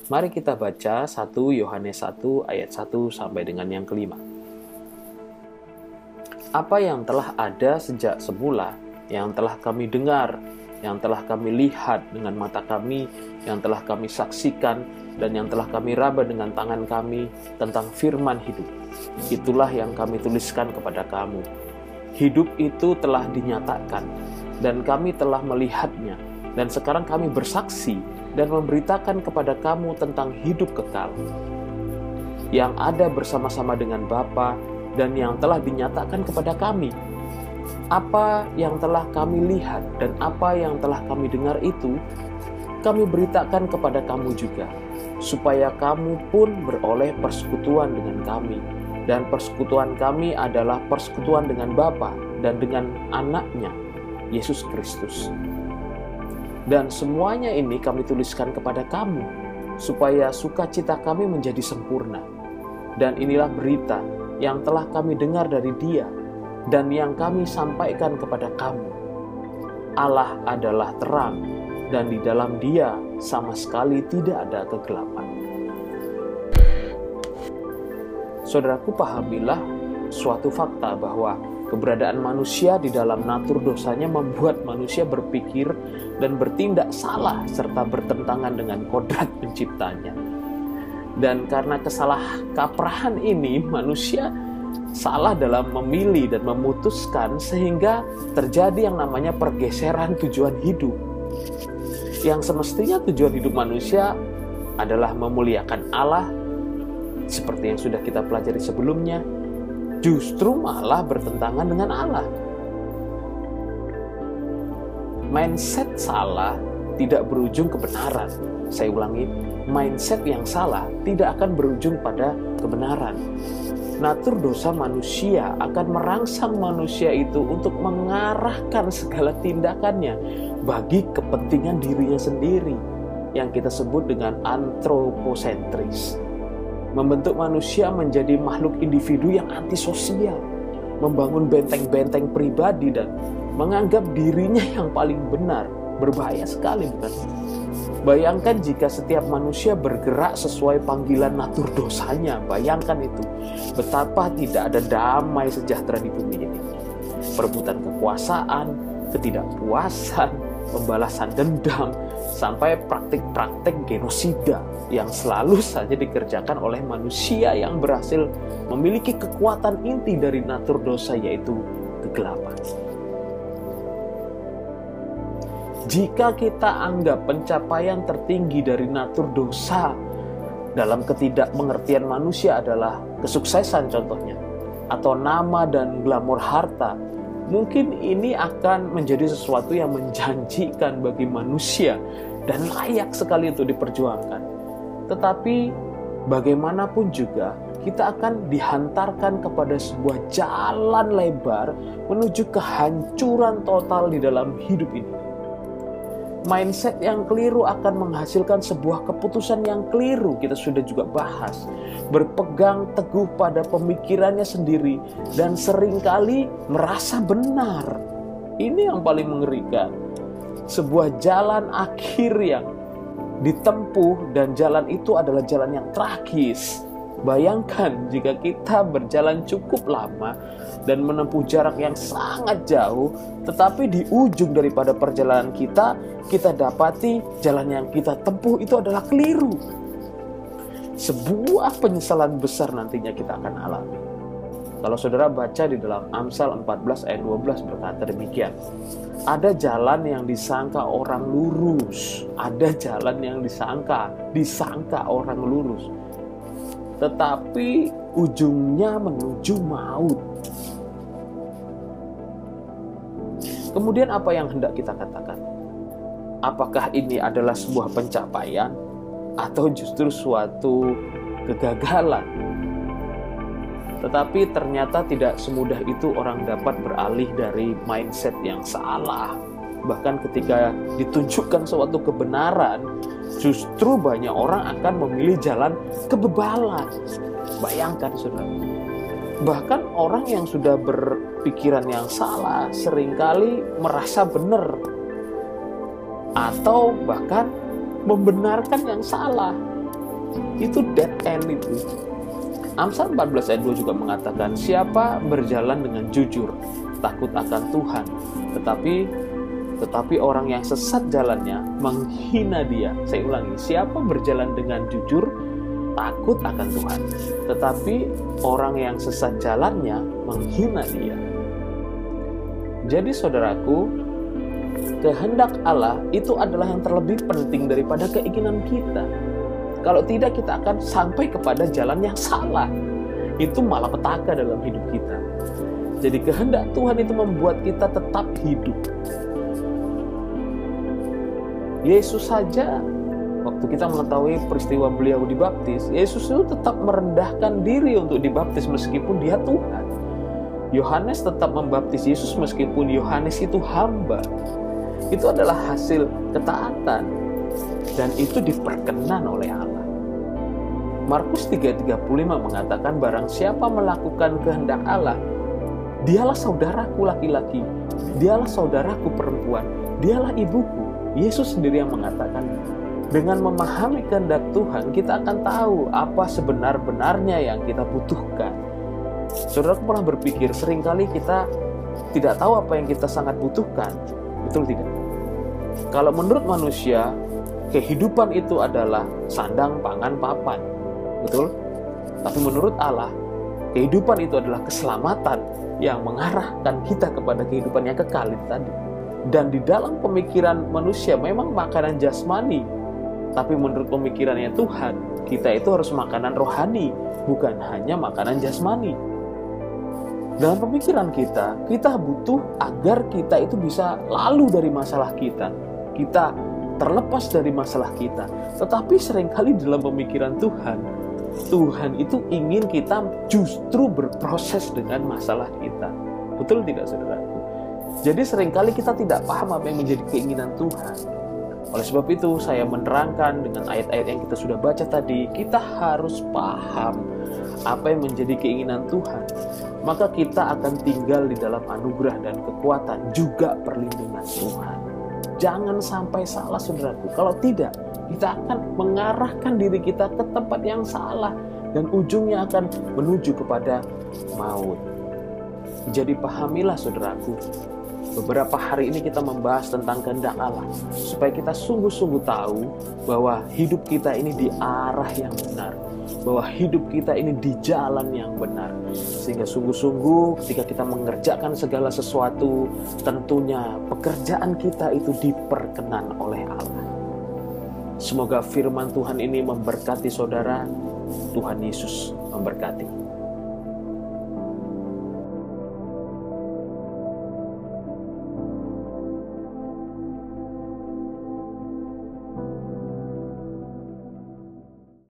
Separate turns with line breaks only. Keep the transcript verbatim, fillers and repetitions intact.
Mari kita baca satu Yohanes satu ayat satu sampai dengan yang kelima. Apa yang telah ada sejak semula, yang telah kami dengar, yang telah kami lihat dengan mata kami, yang telah kami saksikan, dan yang telah kami raba dengan tangan kami tentang firman hidup. Itulah yang kami tuliskan kepada kamu. Hidup itu telah dinyatakan, dan kami telah melihatnya, dan sekarang kami bersaksi dan memberitakan kepada kamu tentang hidup kekal yang ada bersama-sama dengan Bapa dan yang telah dinyatakan kepada kami. Apa yang telah kami lihat dan apa yang telah kami dengar itu kami beritakan kepada kamu juga, supaya kamu pun beroleh persekutuan dengan kami. Dan persekutuan kami adalah persekutuan dengan Bapa dan dengan Anaknya, Yesus Kristus. Dan semuanya ini kami tuliskan kepada kamu, supaya sukacita kami menjadi sempurna. Dan inilah berita yang telah kami dengar dari Dia, dan yang kami sampaikan kepada kamu. Allah adalah terang, dan di dalam Dia sama sekali tidak ada kegelapan. Saudaraku, pahamilah suatu fakta bahwa keberadaan manusia di dalam natur dosanya membuat manusia berpikir dan bertindak salah serta bertentangan dengan kodrat penciptanya. Dan karena kesalahkaprahan ini, manusia salah dalam memilih dan memutuskan sehingga terjadi yang namanya pergeseran tujuan hidup. Yang semestinya tujuan hidup manusia adalah memuliakan Allah, seperti yang sudah kita pelajari sebelumnya, justru malah bertentangan dengan Allah. Mindset salah tidak berujung kebenaran. Saya ulangi, mindset yang salah tidak akan berujung pada kebenaran. Natur dosa manusia akan merangsang manusia itu untuk mengarahkan segala tindakannya bagi kepentingan dirinya sendiri, yang kita sebut dengan antroposentris. Membentuk manusia menjadi makhluk individu yang antisosial, membangun benteng-benteng pribadi dan menganggap dirinya yang paling benar. Berbahaya sekali, bukan? Bayangkan jika setiap manusia bergerak sesuai panggilan natur dosanya. Bayangkan itu, betapa tidak ada damai sejahtera di bumi ini. Perebutan kekuasaan, ketidakpuasan, pembalasan dendam, sampai praktik-praktik genosida yang selalu saja dikerjakan oleh manusia yang berhasil memiliki kekuatan inti dari natur dosa, yaitu kegelapan. Jika kita anggap pencapaian tertinggi dari natur dosa dalam ketidakmengertian manusia adalah kesuksesan contohnya, atau nama dan glamor harta, mungkin ini akan menjadi sesuatu yang menjanjikan bagi manusia dan layak sekali untuk diperjuangkan. Tetapi bagaimanapun juga, kita akan dihantarkan kepada sebuah jalan lebar menuju kehancuran total di dalam hidup ini. Mindset yang keliru akan menghasilkan sebuah keputusan yang keliru. Kita sudah juga bahas, berpegang teguh pada pemikirannya sendiri dan seringkali merasa benar. Ini yang paling mengerikan. Sebuah jalan akhir yang ditempuh, dan jalan itu adalah jalan yang tragis. Bayangkan jika kita berjalan cukup lama dan menempuh jarak yang sangat jauh, tetapi di ujung daripada perjalanan kita, kita dapati jalan yang kita tempuh itu adalah keliru. Sebuah penyesalan besar nantinya kita akan alami. Kalau saudara baca di dalam Amsal empat belas ayat dua belas berkata demikian. Ada jalan yang disangka orang lurus, ada jalan yang disangka, disangka orang lurus, tetapi ujungnya menuju maut. Kemudian apa yang hendak kita katakan? Apakah ini adalah sebuah pencapaian atau justru suatu kegagalan? Tetapi ternyata tidak semudah itu orang dapat beralih dari mindset yang salah. Bahkan ketika ditunjukkan suatu kebenaran, justru banyak orang akan memilih jalan kebebalan. Bayangkan saudara. Bahkan orang yang sudah berpikiran yang salah seringkali merasa benar, atau bahkan membenarkan yang salah. Itu dead end itu. Amsal empat belas ayat dua juga mengatakan, siapa berjalan dengan jujur, takut akan Tuhan, tetapi tetapi orang yang sesat jalannya menghina dia. Saya ulangi, siapa berjalan dengan jujur, takut akan Tuhan, tetapi orang yang sesat jalannya menghina dia. Jadi saudaraku, kehendak Allah itu adalah yang terlebih penting daripada keinginan kita. Kalau tidak, kita akan sampai kepada jalan yang salah. Itu malapetaka dalam hidup kita. Jadi kehendak Tuhan itu membuat kita tetap hidup. Yesus saja, waktu kita mengetahui peristiwa beliau dibaptis, Yesus itu tetap merendahkan diri untuk dibaptis meskipun dia Tuhan. Yohanes tetap membaptis Yesus meskipun Yohanes itu hamba. Itu adalah hasil ketaatan, dan itu diperkenan oleh Allah. Markus tiga ayat tiga puluh lima mengatakan, barang siapa melakukan kehendak Allah, dialah saudaraku laki-laki, dialah saudaraku perempuan, dialah ibuku. Yesus sendiri yang mengatakan, dengan memahami kehendak Tuhan, kita akan tahu apa sebenar-benarnya yang kita butuhkan. Saudaraku pernah berpikir, seringkali kita tidak tahu apa yang kita sangat butuhkan. Betul tidak? Kalau menurut manusia, kehidupan itu adalah sandang, pangan, papan. Betul? Tapi menurut Allah, kehidupan itu adalah keselamatan yang mengarahkan kita kepada kehidupan yang kekal itu tadi. Dan di dalam pemikiran manusia memang makanan jasmani, tapi menurut pemikirannya Tuhan, kita itu harus makanan rohani, bukan hanya makanan jasmani. Dalam pemikiran kita, kita butuh agar kita itu bisa lalu dari masalah kita. Kita terlepas dari masalah kita. Tetapi seringkali dalam pemikiran Tuhan, Tuhan itu ingin kita justru berproses dengan masalah kita. Betul tidak, saudaraku? Jadi seringkali kita tidak paham apa yang menjadi keinginan Tuhan. Oleh sebab itu, saya menerangkan dengan ayat-ayat yang kita sudah baca tadi, kita harus paham apa yang menjadi keinginan Tuhan. Maka kita akan tinggal di dalam anugerah dan kekuatan, juga perlindungan Tuhan. Jangan sampai salah, saudaraku. Kalau tidak, kita akan mengarahkan diri kita ke tempat yang salah, dan ujungnya akan menuju kepada maut. Jadi pahamilah, saudaraku. Beberapa hari ini kita membahas tentang kehendak Allah, supaya kita sungguh-sungguh tahu bahwa hidup kita ini di arah yang benar, bahwa hidup kita ini di jalan yang benar. Sehingga sungguh-sungguh ketika kita mengerjakan segala sesuatu, tentunya pekerjaan kita itu diperkenan oleh Allah. Semoga firman Tuhan ini memberkati saudara. Tuhan Yesus memberkati.